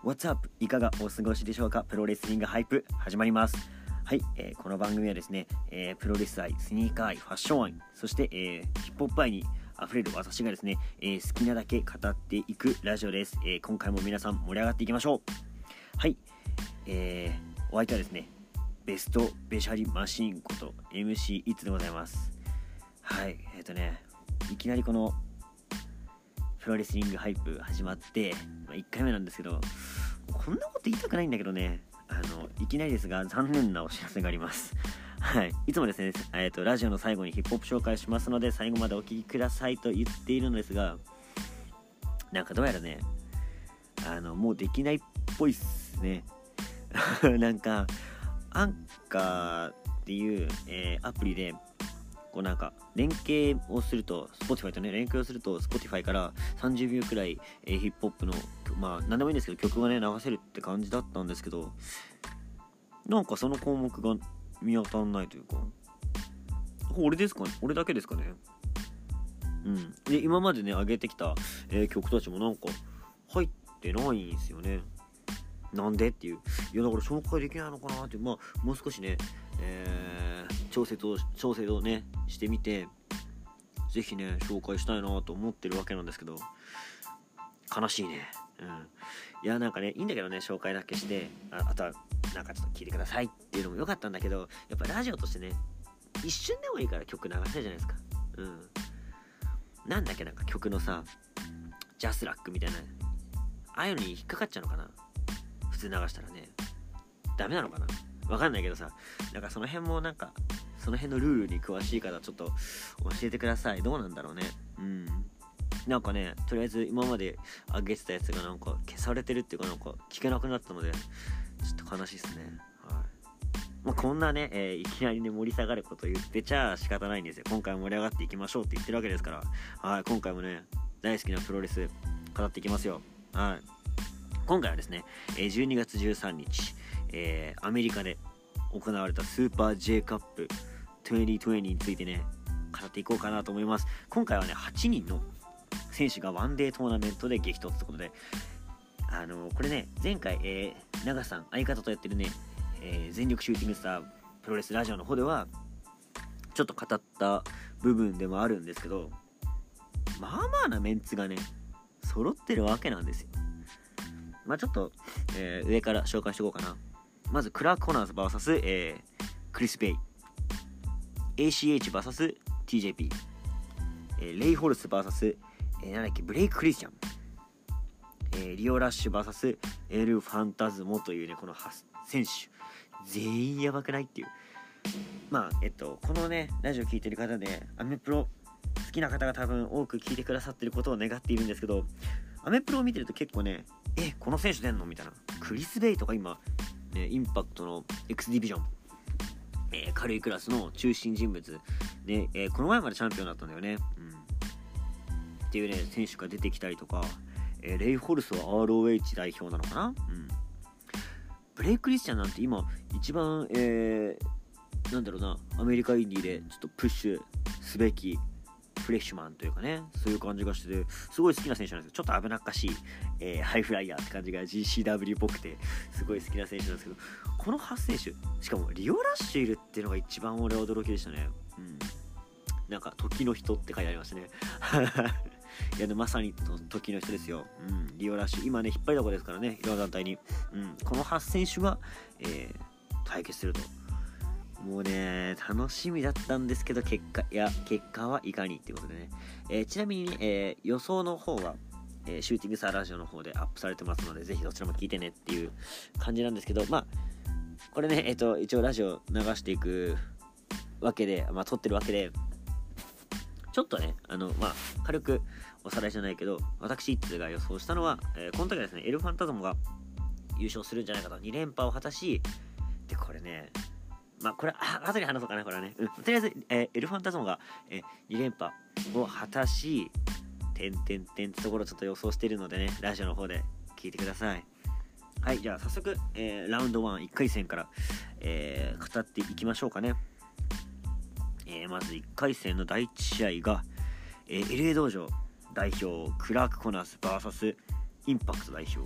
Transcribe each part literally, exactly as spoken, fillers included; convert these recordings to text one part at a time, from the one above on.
What's up? いかがお過ごしでしょうか。プロレスリングハイプ始まります。はい、えー、この番組はですね、えー、プロレス愛、スニーカー愛、ファッション愛、そして、えー、ヒップホップ愛にあふれる私がですね、えー、好きなだけ語っていくラジオです。えー、今回も皆さん盛り上がっていきましょう。はい、えー、お相手はですね、ベストベシャリマシーンこと エムシー イッツでございます。はい、えっ、ー、とね、いきなりこのプロレスリングハイプ始まって、まあ、いっかいめなんですけど、こんなこと言いたくないんだけどね、あのいきなりですが残念なお知らせがあります。はい、いつもですね、えーと、ラジオの最後にヒップホップ紹介しますので最後までお聞きくださいと言っているのですが、なんかどうやらね、あのもうできないっぽいっすね。なんかアンカーっていう、えー、アプリでこうなんか連携をすると Spotify とね連携をすると Spotify からさんじゅうびょうくらい、えー、ヒップホップのまあ何でもいいんですけど曲がね流せるって感じだったんですけど、なんかその項目が見当たらないというか、俺ですかね、俺だけですかね。うんで今までね上げてきた、えー、曲たちもなんか入ってないんですよね。なんでっていう、いやだから紹介できないのかなっていう、まあもう少しね、えー、調整と調整をねしてみて、ぜひね紹介したいなと思ってるわけなんですけど、悲しいね。うんいやなんかねいいんだけどね、紹介だけして あ, あとはなんかちょっと聞いてくださいっていうのも良かったんだけど、やっぱラジオとしてね一瞬でもいいから曲流したいじゃないですか。うんなんだっけ、なんか曲のさジャスラックみたいなああいうのに引っかかっちゃうのかな、普通流したらね。ダメなのかな、わかんないけどさ、なんかその辺もなんかその辺のルールに詳しい方ちょっと教えてください。どうなんだろうね。うんなんかね、とりあえず今まで上げてたやつがなんか消されてるっていうか、なんか聞けなくなったのでちょっと悲しいですね。はいまあ、こんなね、えー、いきなりね盛り下がること言ってちゃ仕方ないんですよ。今回も盛り上がっていきましょうって言ってるわけですから、はい今回もね大好きなプロレス語っていきますよ。はい今回はですねじゅうにがつじゅうさんにち、えー、アメリカで行われたスーパー J カップにせんにじゅうについてね語っていこうかなと思います。今回はねはちにんの選手がワンデートーナメントで激突ということで、あのー、これね前回、えー、長さん相方とやってるね、えー、全力シューティングスタープロレスラジオの方ではちょっと語った部分でもあるんですけど、まあまあなメンツがね揃ってるわけなんですよ。まあちょっと、えー、上から紹介していこうかな。まずクラーク・コナーズ ブイエス、えー、クリス・ベイ エーシーエイチ ブイエス ティージェーピー、えー、レイ・ホルス ブイエス、えー、なんだっけブレイク・クリスチャン、えー、リオ・ラッシュ ブイエス エル・ファンタズモというねこのはち選手全員やばくないっていう。まあえっとこのねラジオ聞いてる方でアメプロ好きな方が多分多く聞いてくださってることを願っているんですけど、アメプロを見てると結構ねえこの選手出んのみたいな、クリス・ベイとか今、ね、インパクトの X ディビジョン、えー、軽いクラスの中心人物で、えー、この前までチャンピオンだったんだよね、うん、っていうね選手が出てきたりとか、えー、レイ・ホルスは アールオーエイチ 代表なのかな、うん、ブレイク・クリスチャンなんて今一番、えー、なんだろうなアメリカインディーでちょっとプッシュすべきフレッシュマンというかね、そういう感じがしててすごい好きな選手なんですけど、ちょっと危なっかしい、えー、ハイフライヤーって感じが ジーシーダブリュー っぽくてすごい好きな選手なんですけど、このはち選手しかもリオラッシュいるっていうのが一番俺は驚きでしたね。うんなんか時の人って書いてありましたねいやでまさに時の人ですよ、うん、リオラッシュ今ね引っ張りだこですからね、いろんな団体に、うん、このはち選手が、えー、対決するともうね楽しみだったんですけど、結果いや結果はいかにっていうことでね、えー、ちなみに、ねえー、予想の方は、えー、シューティングスターラジオの方でアップされてますのでぜひどちらも聞いてねっていう感じなんですけど、まあこれねえっ、ー、と一応ラジオ流していくわけで、まあ撮ってるわけでちょっとねあのまあ軽くおさらいじゃないけど、私一通が予想したのは、えー、この時はですねエルファンタズモが優勝するんじゃないかとに連覇を果たし、でこれねまあこれあ後で話そうかなこれはね、うん、とりあえず、えー、エルファンタズモが、えー、に連覇を果たしてんてんてんってところをちょっと予想しているのでねラジオの方で聞いてください。はいじゃあ早速、えー、ラウンドワンいっかい戦から、えー、語っていきましょうかね。えー、まずいっかい戦のだいいち試合が、えー、エルエー 道場代表クラーク・コナーズ ブイエス インパクト代表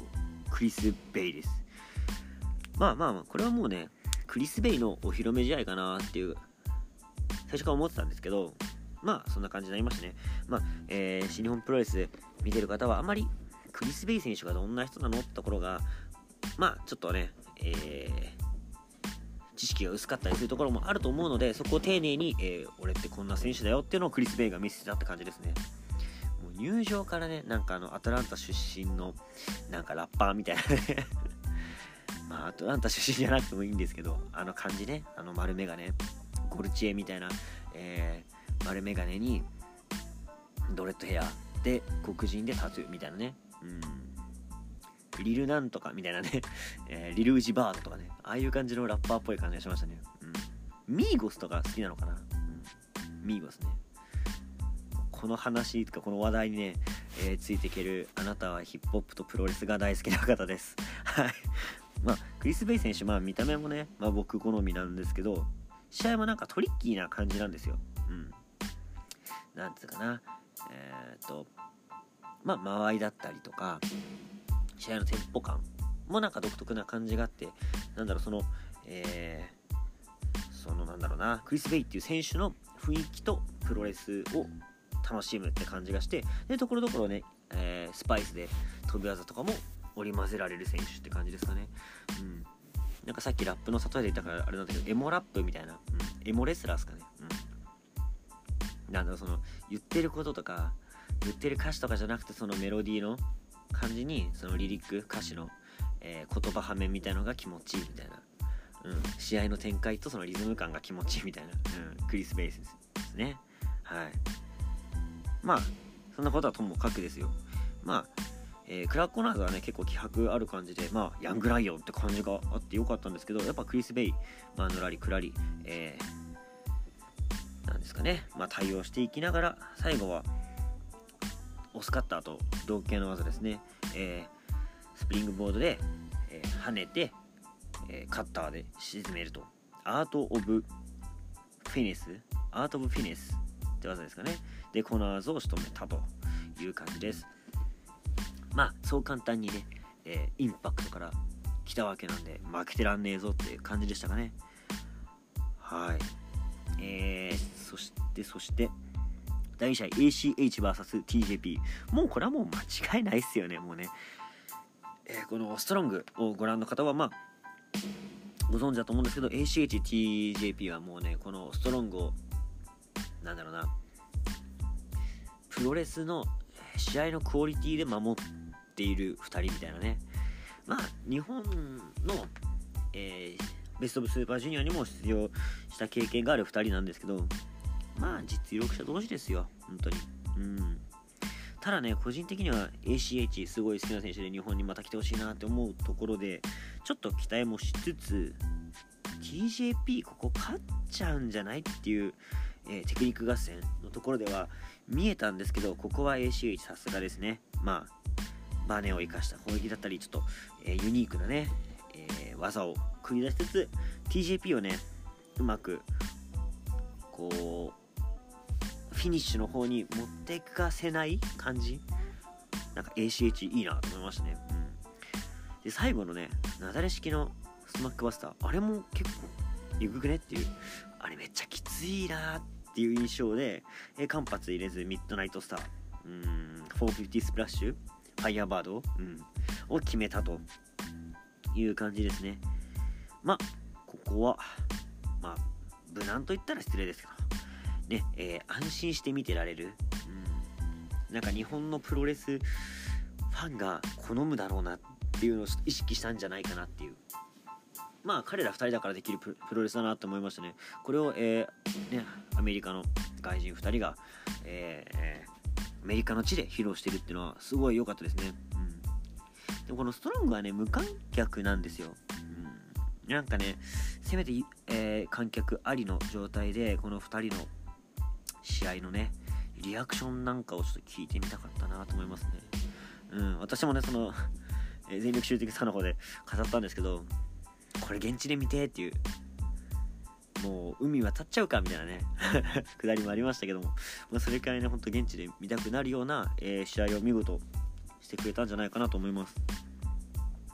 クリス・ベイです。まあまあまあこれはもうねクリス・ベイのお披露目試合かなっていう最初から思ってたんですけど、まあそんな感じになりましたね。まあ、えー、新日本プロレス見てる方はあんまりクリス・ベイ選手がどんな人なのってところがまあちょっとね、えー、知識が薄かったりするところもあると思うので、そこを丁寧に、えー、俺ってこんな選手だよっていうのをクリス・ベイが見せてたって感じですね。もう入場からねなんかあのアトランタ出身のなんかラッパーみたいなねまあアトランタ出身じゃなくてもいいんですけど、あの感じね、あの丸メガネゴルチエみたいな、えー、丸メガネにドレッドヘアで黒人でタトゥーみたいなね、うんリルなんとかみたいなね、えー、リルウジバードとかね、ああいう感じのラッパーっぽい感じがしましたね。うん、ミーゴスとか好きなのかな、うん、ミーゴスね。この話とかこの話題にね、えー、ついていけるあなたはヒップホップとプロレスが大好きな方です。はい。まあクリス・ベイ選手、まあ見た目もね、まあ僕好みなんですけど、試合もなんかトリッキーな感じなんですよ。うん。なんつうかな、えー、っとまあ間合いだったりとか。試合のテンポ感もなんか独特な感じがあって、なんだろうその、えー、そのなんだろうなクリス・ベイっていう選手の雰囲気とプロレスを楽しむって感じがして、でところどころね、えー、スパイスで飛び技とかも織り交ぜられる選手って感じですかね。うん、なんかさっきラップの例えで言ったからあれなんだけどエモラップみたいな、うん、エモレスラーですかね。うん、なんだろうその言ってることとか言ってる歌詞とかじゃなくて、そのメロディーの感じにそのリリック歌詞の、えー、言葉はめみたいのが気持ちいいみたいな、うん、試合の展開とそのリズム感が気持ちいいみたいな、うん、クリス・ベイスですね。はい。まあそんなことはともかくですよ。まあ、えー、クラッコナーズはね結構気迫ある感じで、まあヤングライオンって感じがあってよかったんですけど、やっぱクリス・ベイ、まあ、のらりくらり、えー、なんですかね、まあ対応していきながら最後はオスカッターと同系の技ですね、えー、スプリングボードで、えー、跳ねて、えー、カッターで沈めると、アート・オブ・フィネスアート・オブ・フィネスって技ですかね。でコナーズを仕留めたという感じです。まあそう簡単にね、えー、インパクトから来たわけなんで負けてらんねえぞっていう感じでしたかね。はい。えー、そしてそしてだいに試合 エーシーエイチブイエスティージェーピー、 もうこれはもう間違いないっすよね。もうね、えー、このストロングをご覧の方はまあご存知だと思うんですけど、 エーシーエイチティージェーピー はもうねこのストロングをなんだろうなプロレスの試合のクオリティで守っているふたりみたいなね。まあ日本の、えー、ベストオブスーパージュニアにも出場した経験があるふたりなんですけど、まあ実力者同士ですよ本当に。うん。ただね個人的には エーシーエイチ すごい好きな選手で日本にまた来てほしいなって思うところで、ちょっと期待もしつつ ティージェーピー ここ勝っちゃうんじゃないっていう、えー、テクニック合戦のところでは見えたんですけど、ここは エーシーエイチ さすがですね。まあバネを生かした攻撃だったりちょっと、えー、ユニークなね、えー、技を繰り出しつつ ティージェーピー をねうまくこうフィニッシュの方に持っていかせない感じ、なんか エーシーエイチ いいなと思いましたね。うん、で最後のねなだれ式のスマックバスター、あれも結構えぐくねっていう、あれめっちゃきついなっていう印象で、え間髪入れずミッドナイトスター、うーんよんひゃくごじゅうスプラッシュファイヤーバード、うん、を決めたという感じですね。まあここはまあ無難と言ったら失礼ですけどね、えー、安心して見てられる、うん、なんか日本のプロレスファンが好むだろうなっていうのを意識したんじゃないかなっていう、まあ彼らふたりだからできるプロレスだなと思いましたね。これを、えーね、アメリカの外人ふたりが、えー、アメリカの地で披露してるっていうのはすごい良かったですね。うん、でもこのストロングはね無観客なんですよ。うん、なんかねせめて、えー、観客ありの状態でこのふたりの試合のねリアクションなんかをちょっと聞いてみたかったなと思いますね。うん、私もねその、えー、全力集的さの方で語ったんですけど、これ現地で見てっていう、もう海渡っちゃうかみたいなねくだりもありましたけども、まあ、それくらいね本当現地で見たくなるような、えー、試合を見事してくれたんじゃないかなと思います。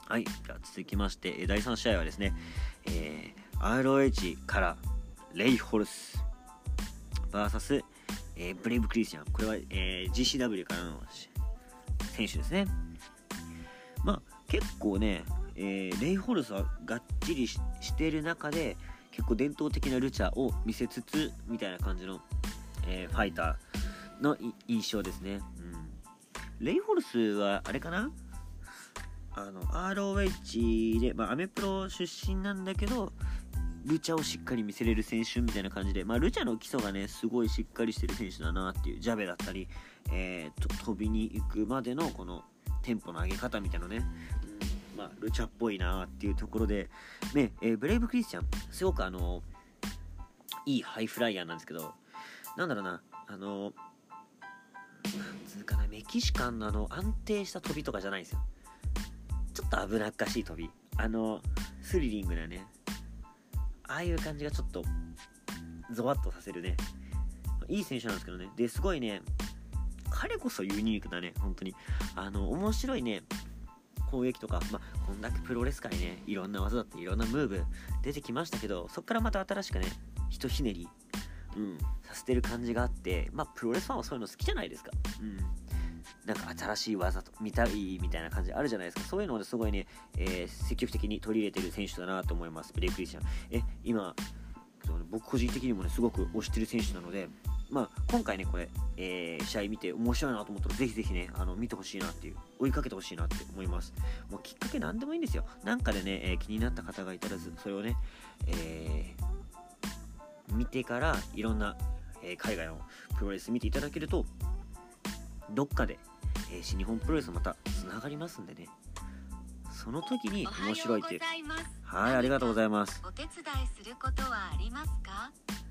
はい、じゃあ続きましてだいさん試合はですね、えー、アールオーエイチ からレイ・ホルス ブイエス、えー、ブレイブ・クリスチャン、これは、えー、ジーシーダブリュー からの選手ですね。まあ結構ね、えー、レイ・ホルスはがっちり し, している中で結構伝統的なルチャを見せつつみたいな感じの、えー、ファイターの印象ですね、うん、レイ・ホルスはあれかな、あの アールオーエイチ で、まあ、アメプロ出身なんだけどルチャをしっかり見せれる選手みたいな感じで、まあ、ルチャの基礎がねすごいしっかりしてる選手だなっていう、ジャベだったり、えー、と飛びに行くまでのこのテンポの上げ方みたいなね、うん、まあルチャっぽいなっていうところで、ねえー、ブレイブ・クリスチャンすごくあのいいハイフライヤーなんですけど、なんだろうな、あのなんつうかな、メキシカンのあの安定した飛びとかじゃないんですよ。ちょっと危なっかしい飛び、あのスリリングなね、ああいう感じがちょっとゾワッとさせるね、いい選手なんですけどね。ですごいね、彼こそユニークだね、本当にあの面白いね攻撃とか、まあこんだけプロレス界ねいろんな技だっていろんなムーブ出てきましたけど、そっからまた新しくねひとひねり、うん、させてる感じがあって、まあプロレスファンはそういうの好きじゃないですか。うん、なんか新しい技と見たいみたいな感じあるじゃないですか。そういうのですごいね、えー、積極的に取り入れてる選手だなと思います、ブレイク・クリスチャン。え今僕個人的にもねすごく推してる選手なので、まあ今回ねこれ、えー、試合見て面白いなと思ったらぜひぜひねあの見てほしいなっていう、追いかけてほしいなって思います。もうきっかけなんでもいいんですよ。なんかでね、えー、気になった方がいたらずそれをね、えー、見てからいろんな、えー、海外のプロレス見ていただけるとどっかで、えー、新日本プロレスまたつながりますんでね、その時に面白いっていう。はい、ありがとうございます。 お手伝いすることはありますか？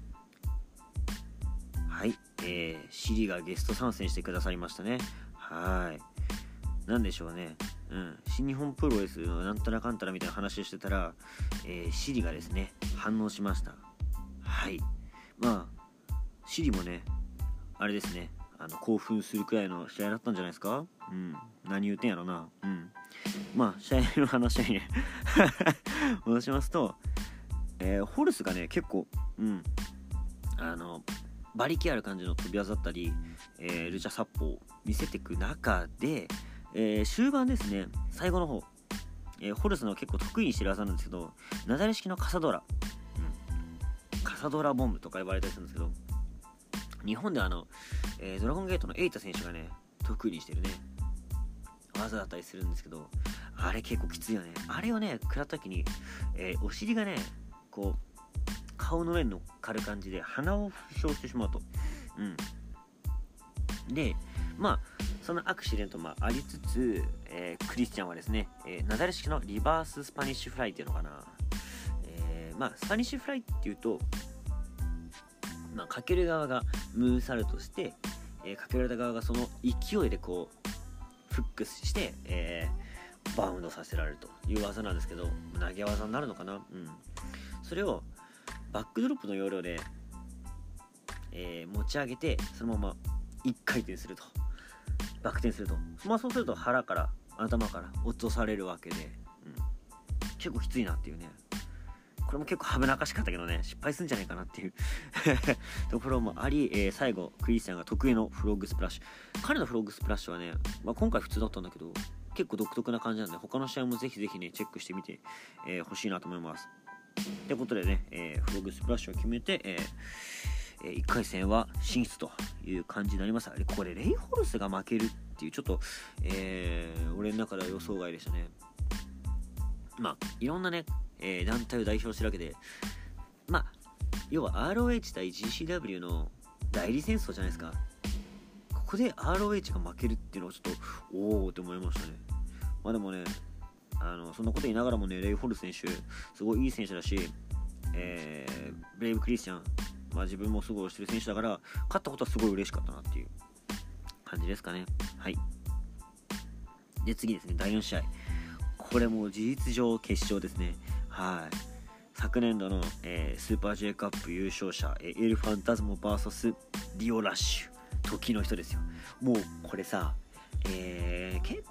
はい、えー、シリがゲスト参戦してくださりましたね。はい、なんでしょうね、うん、新日本プロレスのなんたらかんたらみたいな話をしてたら、えー、シリがですね反応しました。はい、まあシリもねあれですね、あの興奮するくらいの試合だったんじゃないですか。うん、何言うてんやろな。うん、まあ試合の話にね戻しますと、えー、ホルスがね結構、うん、あの馬力ある感じの飛び技だったり、えー、ルチャ殺法を見せていく中で、えー、終盤ですね、最後の方、えー、ホルスの結構得意にしてる技なんですけど、なだれ式のカサドラ、うん、カサドラボムとか呼ばれたりするんですけど、日本であの、えー、ドラゴンゲートのエイタ選手がね得意にしてるね技だったりするんですけど、あれ結構きついよね。あれをね食らった時に、えー、お尻がねこう顔の上に乗っかる感じで鼻を負傷してしまうと、うん、でまあそのアクシデントもありつつ、えー、クリスチャンはですね、えー、なだれ式のリバーススパニッシュフライっていうのかな、えー、まあスパニッシュフライっていうと、まあ、かける側がムーンサルトして、えー、かけられた側がその勢いでこうフックスして、えー、バウンドさせられるという技なんですけど、投げ技になるのかな、うん、それをバックドロップの要領で、えー、持ち上げてそのままいっかい転すると、バク転すると、まあ、そうすると腹から頭から落とされるわけで、うん、結構きついなっていうね。これも結構危なっかしかったけどね、失敗するんじゃないかなっていうところもあり、えー、最後クリスチャンが得意のフロッグスプラッシュ、彼のフロッグスプラッシュはね、まあ、今回普通だったんだけど結構独特な感じなんで、他の試合もぜひぜひねチェックしてみてほ、えー、しいなと思います。ということでね、えー、フロッグスプラッシュを決めて、えー、いっかい戦は進出という感じになりました。これレイ・ホルスが負けるっていうちょっと、えー、俺の中では予想外でしたね。まあいろんなね、えー、団体を代表してるわけで、まあ要は アールオーエイチ 対 ジーシーダブリュー の代理戦争じゃないですか。ここで アールオーエイチ が負けるっていうのはちょっとおおって思いましたね。まあでもね、あのそんなこと言いながらもね、レイ・ホルス選手すごいいい選手だし、えー、ブレイブ・クリスチャン、まあ、自分もすごい推してる選手だから勝ったことはすごい嬉しかったなっていう感じですかね。はい。で次ですね、だいよん試合、これも事実上決勝ですね。はい。昨年度の、えー、スーパー J カップ優勝者、えー、エルファンタズモ ブイエス ディオラッシュ、時の人ですよ。もうこれさ、えー、結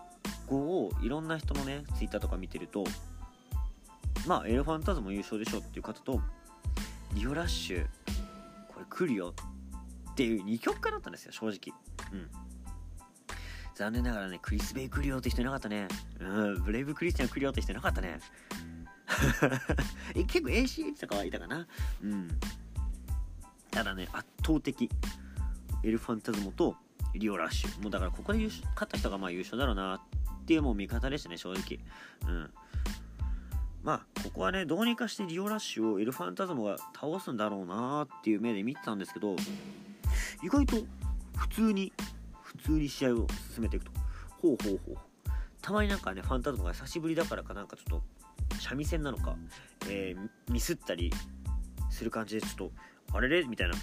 こをいろんな人のねツイッターとか見てると、まあエルファンタズム優勝でしょっていう方と、リオラッシュこれ来るよっていう二極化だったんですよ正直。うん残念ながらね、クリス・ベイ来るよって人いなかったね。うんブレイブ・クリスチャン来るよって人いなかったねえ結構 エーシーエイチ とかはいたかな。うんただね、圧倒的エルファンタズムとリオラッシュ、もうだからここで優勝勝った人がまあ優勝だろうなっていうもう見方でしたね正直。うんまあここはね、どうにかしてリオラッシュをエルファンタズムが倒すんだろうなっていう目で見てたんですけど、意外と普通に普通に試合を進めていくと、ほうほうほうたまになんかね、ファンタズムが久しぶりだからかなんかちょっと三味線なのか、えー、ミスったりする感じでちょっとあれれみたいな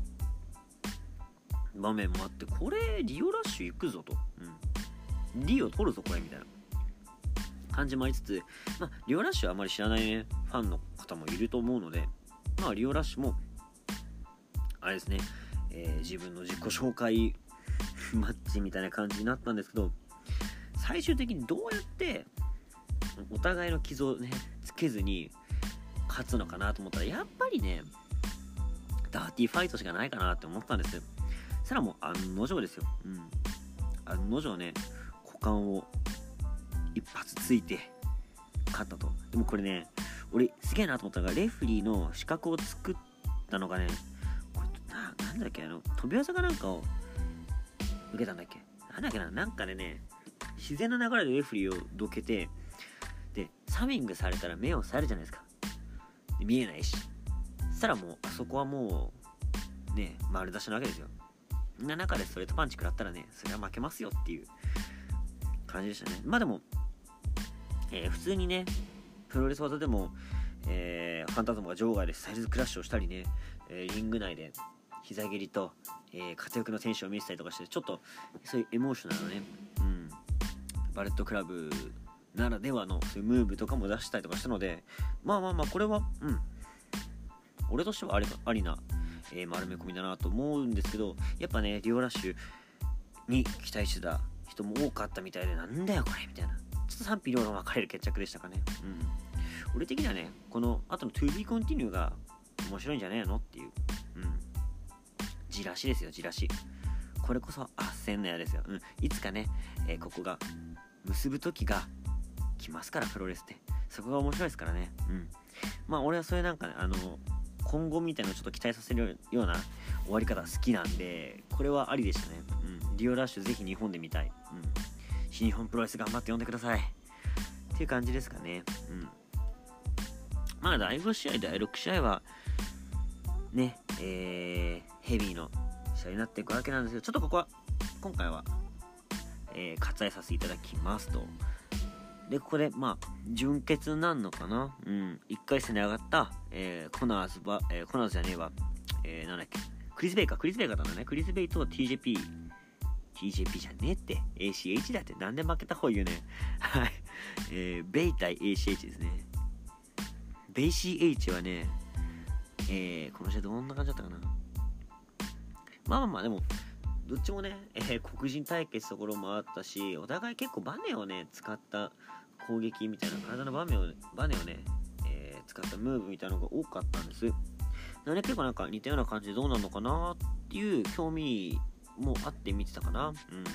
場面もあって、これリオラッシュ行くぞと、うん、リオ取るぞこれみたいな感じもありつつ、まあ、リオラッシュはあまり知らない、ね、ファンの方もいると思うので、まあ、リオラッシュもあれですね、えー、自分の自己紹介マッチみたいな感じになったんですけど、最終的にどうやってお互いの傷をねつけずに勝つのかなと思ったら、やっぱりねダーティーファイトしかないかなって思ったんですよ。そしたらもう案の定ですよ、うん、案の定ね股間を一発ついて勝ったと。でもこれね、俺すげえなと思ったのが、レフリーの資格を作ったのがね、これ な, なんだっけあの飛び技かなんかを受けたんだっけなんだっけななんかでね、自然な流れでレフリーをどけて、でサミングされたら目をされるじゃないですか。で見えないし、そしたらもうあそこはもうね丸出しなわけですよ。んな中でストレートパンチ食らったらね、それは負けますよっていう感じでしたね。まあでも、えー、普通にねプロレス技でも、えー、ファンタズムが場外でサイズクラッシュをしたりね、えー、リング内で膝蹴りと、えー、活躍の選手を見せたりとかして、ちょっとそういうエモーショナルなね、うん、バレットクラブならではのそういうムーブとかも出したりとかしたので、まあまあまあこれはうん俺としてはありありな、えー、丸め込みだなと思うんですけど、やっぱねリオラッシュに期待してた人も多かったみたいで、なんだよこれみたいな、ちょっと賛否両論分かれる決着でしたかね。うん俺的にはね、この後の To Be Continue が面白いんじゃねえのっていう、うんじらしですよ、じらし。これこそあっせんのやですよ、うん、いつかね、えー、ここが結ぶ時が来ますから、プロレスってそこが面白いですからね。うんまあ俺はそれなんかね、あの今後みたいなのをちょっと期待させるような終わり方好きなんで、これはありでしたね。うんリオラッシュぜひ日本で見たい、うん新日本プロレス頑張って呼んでくださいっていう感じですかね。うんまあだいご試合だいろく試合はね、えー、ヘビーの試合になっていくわけなんですけど、ちょっとここは今回は、えー、割愛させていただきますと。でここでまあ準決になるのかな、うんいっかい戦で上がった、えー、コナーズは、えー、コナーズじゃねえわ、えー、なんだっけクリス・ベイかクリス・ベイかだね、クリス・ベイと ティージェーピー ティージェーピー じゃねえって エーシーエイチ だって、なんで負けた方言うねはい、えー、ベイ対 エーシーエイチ ですね。ベイ シーエイチ はね、えー、この試合どんな感じだったかな。まあまあまあでもどっちもね、えー、黒人対決ところもあったし、お互い結構バネをね使った攻撃みたいな、体のバネをバネをね、えー、使ったムーブみたいなのが多かったんです。なので結構なんか似たような感じでどうなるのかなっていう興味もあって見てたかな。うん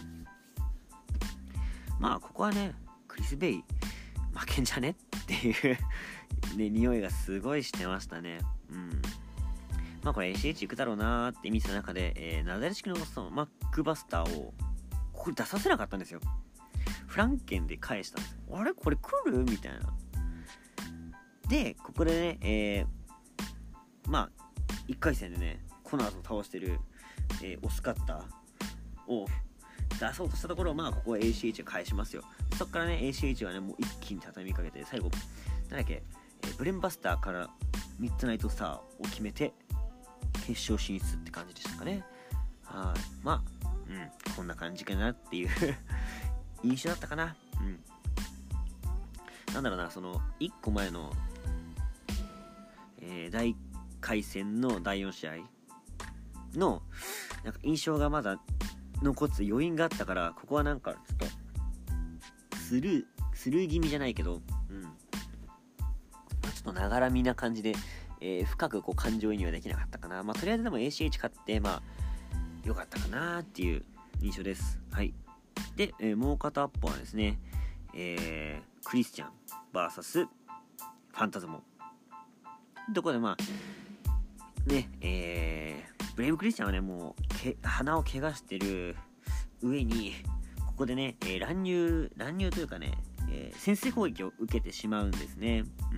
まあここはねクリス・ベイ負けんじゃねっていうね匂いがすごいしてましたね。うんまあこれ エーシーエイチ 行くだろうなーって見てた中で、えー、ナザレ式のそのマックバスターをここで出させなかったんですよ。フランケンで返したんです。あれこれ来るみたいな。でここでね、えー、まあいっかい戦でねコナーズを倒してる、えー、オスカッターを出そうとしたところを、まあここは エーシーエイチ が返しますよ。そっからね エーシーエイチ はねもう一気に畳みかけて、最後なんだっけ、えー、ブレンバスターからミッドナイトスターを決めて決勝進出って感じでしたかね。はい、まあ、うん、こんな感じかなっていう印象だったかな。うん。なんだろうな、そのいっこまえの、えー、大回戦のだいよん試合のなんか印象がまだ残って余韻があったから、ここはなんかちょっとスルースルー気味じゃないけど、うんまあ、ちょっとながらみな感じで、えー、深くこう感情移入はできなかったかな。まあとりあえずでも エーシーエイチ 勝ってまあ良かったかなっていう印象です。はい。で、えー、もう片っぽはですね、えー、クリスチャン ブイエス ファンタズモ。どこでまあねえー、ブレイブクリスチャンはねもうけ鼻を怪我してる上にここでね、えー、乱入乱入というかね、えー、先制攻撃を受けてしまうんですね。うん。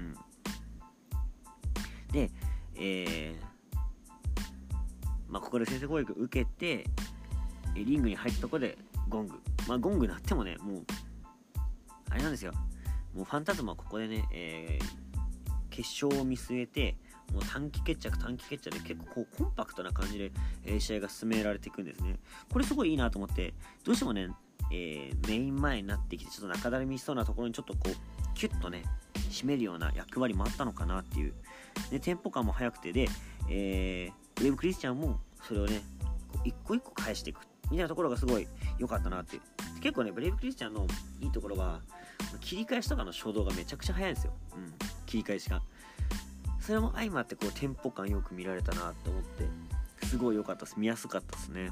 で、えー、まあここで先制攻撃を受けてリングに入ったところでゴング。まあゴング鳴ってもねもうあれなんですよ。もうファンタズマはここでね、えー、決勝を見据えてもう短期決着短期決着で結構こうコンパクトな感じで、えー、試合が進められていくんですね。これすごいいいなと思って、どうしてもね、えー、メイン前になってきてちょっと中だるみしそうなところにちょっとこうキュッとね締めるような役割もあったのかなっていう。でテンポ感も速くてで、えー、ウェブクリスチャンもそれをねこう一個一個返していくみたいなところがすごい良かったなっていう。結構ねブレイブクリスチャンのいいところは切り返しとかの初動がめちゃくちゃ速いんですよ、うん、切り返しが。それも相まってこうテンポ感よく見られたなと思ってすごい良かったです。見やすかったですね。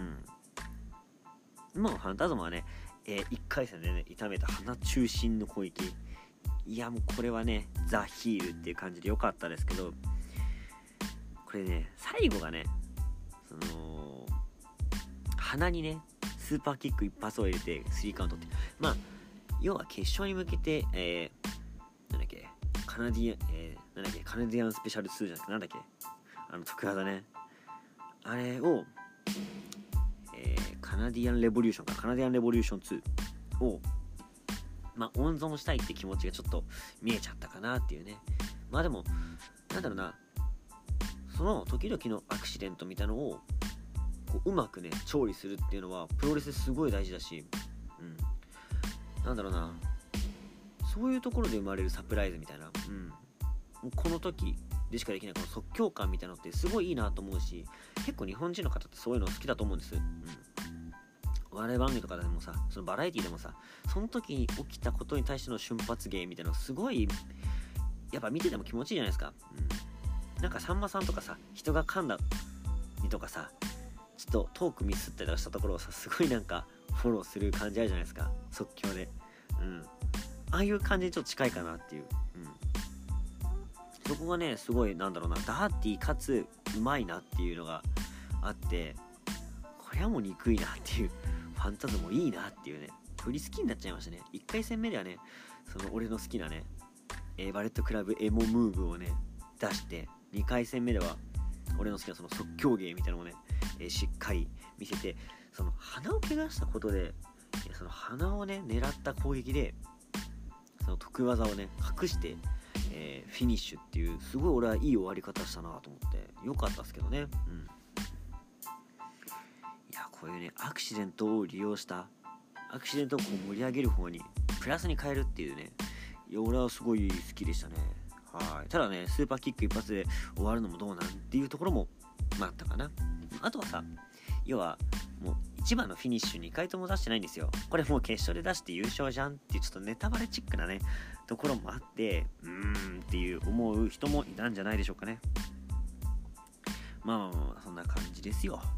うん。もうファンタズマはね、えー、いっかい戦でね痛めた鼻中心の攻撃、いやもうこれはねザ・ヒールっていう感じで良かったですけど、これね最後がねその鼻にねスーパーキック一発を入れてスリーカウントって、まあ要は決勝に向けて、えー、なんだっけカナディアン、えー、なんだっけカナディアンスペシャルツーじゃなくてなんだっけあの得技ね、あれを、えー、カナディアンレボリューションかカナディアンレボリューションツーをまあ温存したいって気持ちがちょっと見えちゃったかなっていうね。まあでもなんだろうな、その時々のアクシデントみたいなのをこううまくね調理するっていうのはプロレスですごい大事だし、うん、なんだろうな、そういうところで生まれるサプライズみたいな、うん、もうこの時でしかできないこの即興感みたいなのってすごいいいなと思うし、結構日本人の方ってそういうの好きだと思うんです。うん、お笑い番組とかでもさ、そのバラエティでもさ、その時に起きたことに対しての瞬発芸みたいなのすごいやっぱ見てても気持ちいいじゃないですか。うん、なんかさんまさんとかさ、人が噛んだりとかさ、ちょっとトークミスったりとかしたところをさ、すごいなんかフォローする感じあるじゃないですか、即興で。うん、ああいう感じにちょっと近いかなっていう。うん、そこがねすごいなんだろうな、ダーティーかつうまいなっていうのがあって、これはもう憎いなっていう、ファンタズもいいなっていうね、より好きになっちゃいましたね。いっかい戦目ではね、その俺の好きなね、えー、バレットクラブエモムーブをね出して、にかい戦目では俺の好きなその即興芸みたいなのをね、えー、しっかり見せて、その鼻を怪我したことで、その鼻をね狙った攻撃でその得技をね隠して、えー、フィニッシュっていう、すごい俺はいい終わり方したなと思ってよかったですけどね。うん、いやこういうねアクシデントを利用したアクシデントをこう盛り上げる方にプラスに変えるっていうね、いや俺はすごい好きでしたね。はい。ただねスーパーキック一発で終わるのもどうなんっていうところもまああったかな。あとはさ、要はもういちばんのフィニッシュにかいとも出してないんですよ。これもう決勝で出して優勝じゃんっていうちょっとネタバレチックなねところもあって、うーんっていう思う人もいたんじゃないでしょうかね。まあまあまあそんな感じですよ。はい。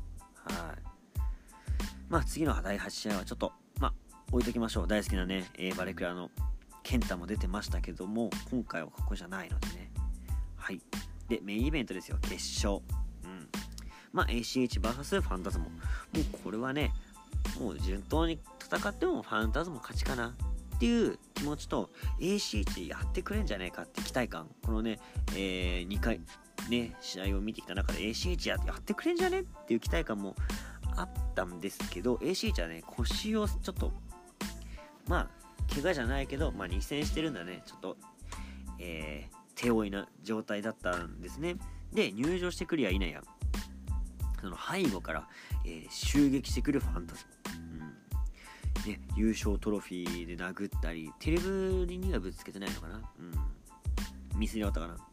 まあ次のだいはち試合はちょっとまあ置いときましょう。大好きなね、えー、バレクラのケンタも出てましたけども、今回はここじゃないのでね。はい。でメインイベントですよ、決勝。まあ、エーシーエイチブイエス ファンタズモ、もうこれはねもう順当に戦ってもファンタズモ勝ちかなっていう気持ちと、 エーシーエイチ やってくれんじゃねえかって期待感、このね、えー、にかいね試合を見てきた中で エーシーエイチ や, やってくれんじゃねっていう期待感もあったんですけど、 エーシーエイチ はね腰をちょっとまあ怪我じゃないけど、まあ、に戦してるんだね、ちょっと、えー、手負いな状態だったんですね。で入場してくりゃいないやその背後から、えー、襲撃してくるファンタズモ、うんね、優勝トロフィーで殴ったり、テレブリにはぶつけてないのかな、うん、ミスりあったかな、ま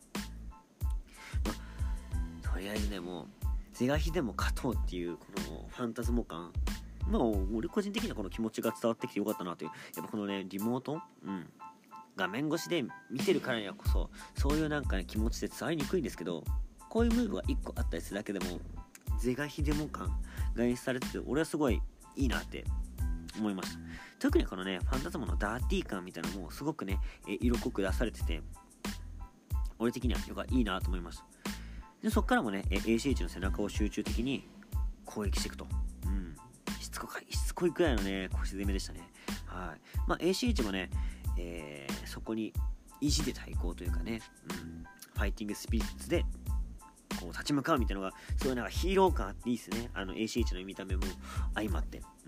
あ、とりあえずねもう是が非でも勝とうっていうこのファンタズモ感まあ俺個人的にはこの気持ちが伝わってきてよかったなという、やっぱこのねリモート、うん画面越しで見てるからにはこそそういうなんかね気持ちで伝わりにくいんですけど、こういうムーブがいっこあったりするだけでも是が非でも感が演出されてて、俺はすごいいいなって思いました。特にこのねファンタズモのダーティー感みたいなのもすごくね色濃く出されてて、俺的にはよくいいなと思いました。でそっからもね エーシーエイチ の背中を集中的に攻撃していくと、うん、しつこいしつこいくらいのね腰攻めでしたね。はい、まあ エーシーエイチ もね、えー、そこに意地で対抗というかね、うん、ファイティングスピリッツでこう立ち向かうみたいなのがすごいなんかヒーロー感あっていいですね。あの エーシーエイチ の見た目も相まって、うん、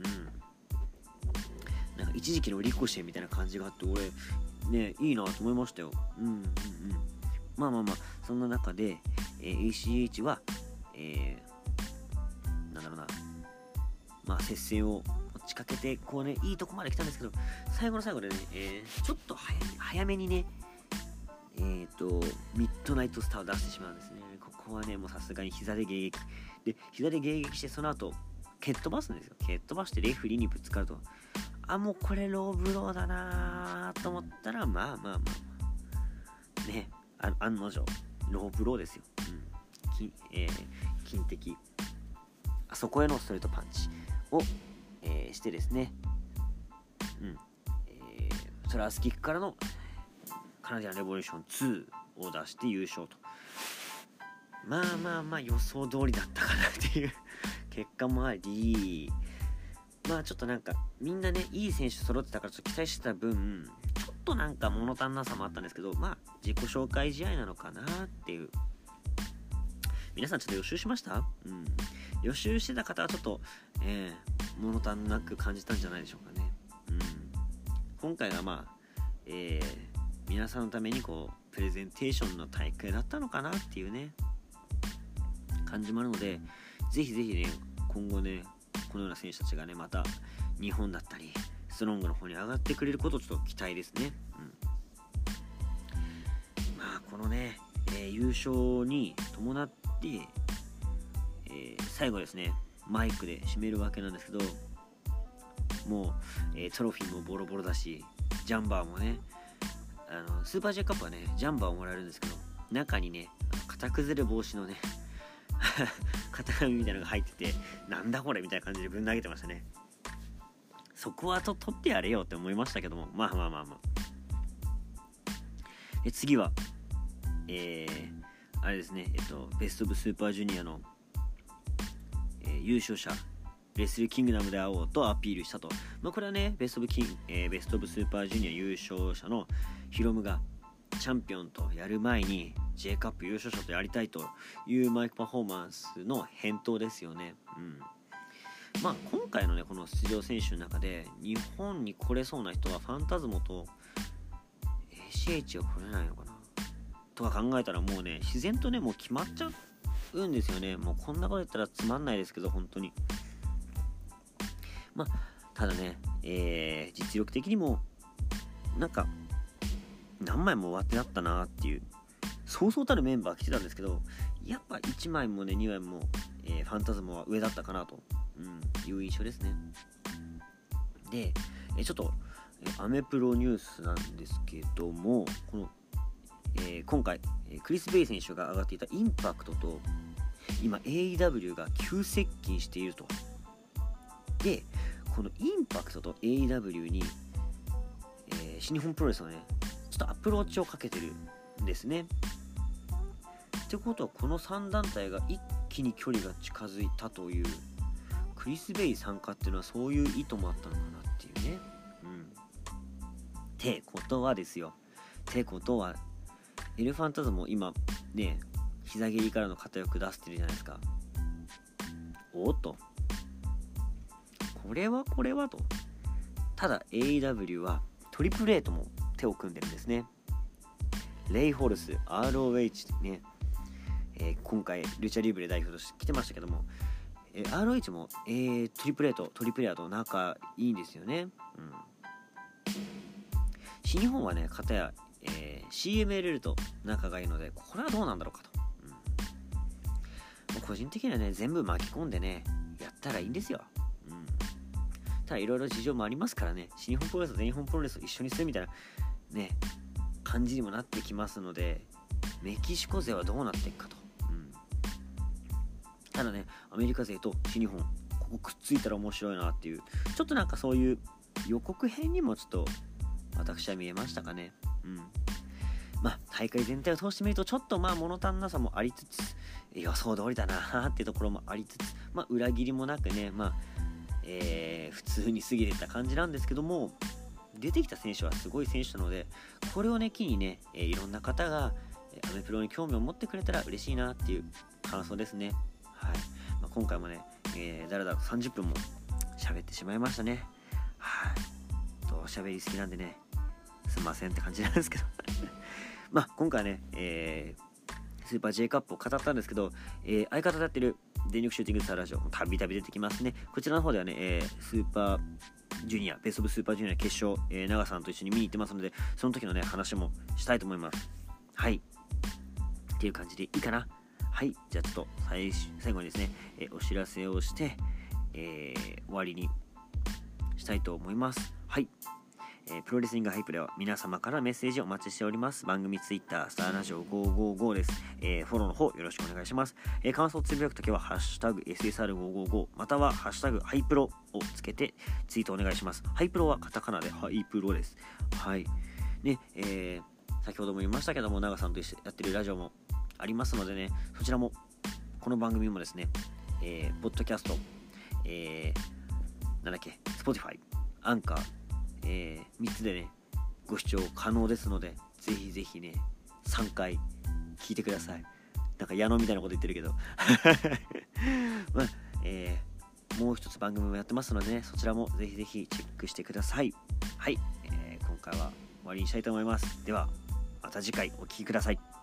なんか一時期のリコシェみたいな感じがあって俺ねいいなと思いましたよ。うんうんうん。まあまあまあそんな中で、えー、エーシーエイチ は、えー、なんだろうなまあ接戦を持ちかけてこうねいいとこまで来たんですけど、最後の最後でね、えー、ちょっと早め早めにねえーとミッドナイトスターを出してしまうんですね。ここはねもうさすがに膝で迎撃で膝で迎撃してその後蹴っ飛ばすんですよ。蹴っ飛ばしてレフリーにぶつかると、あもうこれローブローだなと思ったらまあまあまあまあねあ案の定ローブローですよ。うんきえー、金的あそこへのストレートパンチを、えー、してですね、うんえー、トラスキックからのカナディアンレボリューションツーを出して優勝と、まあまあまあ予想通りだったかなっていう結果もあり、まあちょっとなんかみんなねいい選手揃ってたからちょっと期待してた分ちょっとなんか物足んなさもあったんですけど、まあ自己紹介試合なのかなっていう。皆さんちょっと予習しました？うん、予習してた方はちょっと、えー、物足んなく感じたんじゃないでしょうかね。うん、今回がまあ、えー、皆さんのためにこうプレゼンテーションの大会だったのかなっていうね感じもあるので、ぜひぜひね今後ねこのような選手たちがねまた日本だったりストロングの方に上がってくれることをちょっと期待ですね。うん、まあこのね、えー、優勝に伴って、えー、最後ですねマイクで締めるわけなんですけど、もう、えー、トロフィーもボロボロだしジャンバーもねあのスーパー J カップはねジャンバーをもらえるんですけど、中にね型崩れ防止のね型紙みたいなのが入っててなんだこれみたいな感じでぶん投げてましたね。そこはと取ってやれよって思いましたけども、まあまあまあまあ。で次はえー、あれですねえっとベストオブスーパージュニアの、えー、優勝者レスリーキングダムで会おうとアピールしたと。まあこれはねベストオブキン、えー、ベストオブスーパージュニア優勝者のヒロムがチャンピオンとやる前に J カップ優勝者とやりたいというマイクパフォーマンスの返答ですよね。うん、まあ今回のねこの出場選手の中で日本に来れそうな人はファンタズモと エーシーエイチ は来れないのかなとか考えたらもうね自然とねもう決まっちゃうんですよね。もうこんなこと言ったらつまんないですけど本当にまあただね、えー、実力的にもなんか何枚も上手だったなっていうそうそうたるメンバー来てたんですけど、やっぱいちまいもねにまいも、えー、ファンタズモは上だったかなと、うん、いう印象ですね。で、えー、ちょっと、えー、アメプロニュースなんですけどもこの、えー、今回、えー、クリス・ベイ選手が上がっていたインパクトと今 エーイーダブリュー が急接近していると。でこのインパクトと エーイーダブリュー に、えー、新日本プロレスはねちょっとアプローチをかけてるんですね。ってことはこのさん団体が一気に距離が近づいたという、クリス・ベイ参加っていうのはそういう意図もあったのかなっていうね。うん。ってことはですよ。ってことはエルファンタズも今ね膝蹴りからの肩よく出してるじゃないですか。おっと。これはこれはと。ただ エーイーダブリュー はトリプル A とも手を組んでるんですね。レイ・ホルス アールオーエイチ ね、えー、今回ルチャリブレ代表として来てましたけども、えー、アールオーエイチ も、えー、トリプル A とトリプル A と仲いいんですよね。うん、新日本はね片や、えー、シーエムエルエル と仲がいいのでこれはどうなんだろうかと、うん、個人的にはね全部巻き込んでねやったらいいんですよ。うん、 ただいろいろ事情もありますからね、新日本プロレスと全日本プロレスを一緒にするみたいなね感じにもなってきますので、メキシコ勢はどうなっていくかと、うん、ただねアメリカ勢と新日本ここくっついたら面白いなっていう、ちょっとなんかそういう予告編にもちょっと私は見えましたかね。うん、まあ大会全体を通してみるとちょっとまあ物足んなさもありつつ、予想通りだなっていうところもありつつ、まあ裏切りもなくね、まあ、えー、普通に過ぎてた感じなんですけども、出てきた選手はすごい選手なので、これをね機にね、えー、いろんな方がアメプロに興味を持ってくれたら嬉しいなっていう感想ですね。はい、まあ、今回もね、えー、だらだらとさんじゅっぷんも喋ってしまいましたね。はい、とおしゃべり好きなんでねすいませんって感じなんですけどまあ今回ね、えー、スーパー J カップを語ったんですけど、えー、相方でやってる電力シューティングスターラジオたびたび出てきますね。こちらの方ではね、えー、スーパージュニアベストオブスーパージュニア決勝、えー、長さんと一緒に見に行ってますので、その時のね話もしたいと思います。はいっていう感じでいいかな。はい、じゃあちょっと 最, 最後にですね、えー、お知らせをして、えー、終わりにしたいと思います。はい、えー、プロレスリングハイプでは皆様からメッセージをお待ちしております。番組ツイッタースターラジオごーごーごです。えー、フォローの方よろしくお願いします。えー、感想をつぶやくときはハッシュタグ エスエスアールごーごーご またはハッシュタグハイプロをつけてツイートお願いします。ハイプロはカタカナでハイプロです。はいね、えー、先ほども言いましたけども、長さんと一緒にやってるラジオもありますのでね、そちらもこの番組もですね、えー、ポッドキャスト、えー、なんだっけ、Spotify、アンカー、えー、みっつでねご視聴可能ですので、ぜひぜひねさんかい聞いてください。なんか矢野みたいなこと言ってるけどまあ、えー、もう一つ番組もやってますのでね、そちらもぜひぜひチェックしてください。はい、えー、今回は終わりにしたいと思います。ではまた次回お聞きください。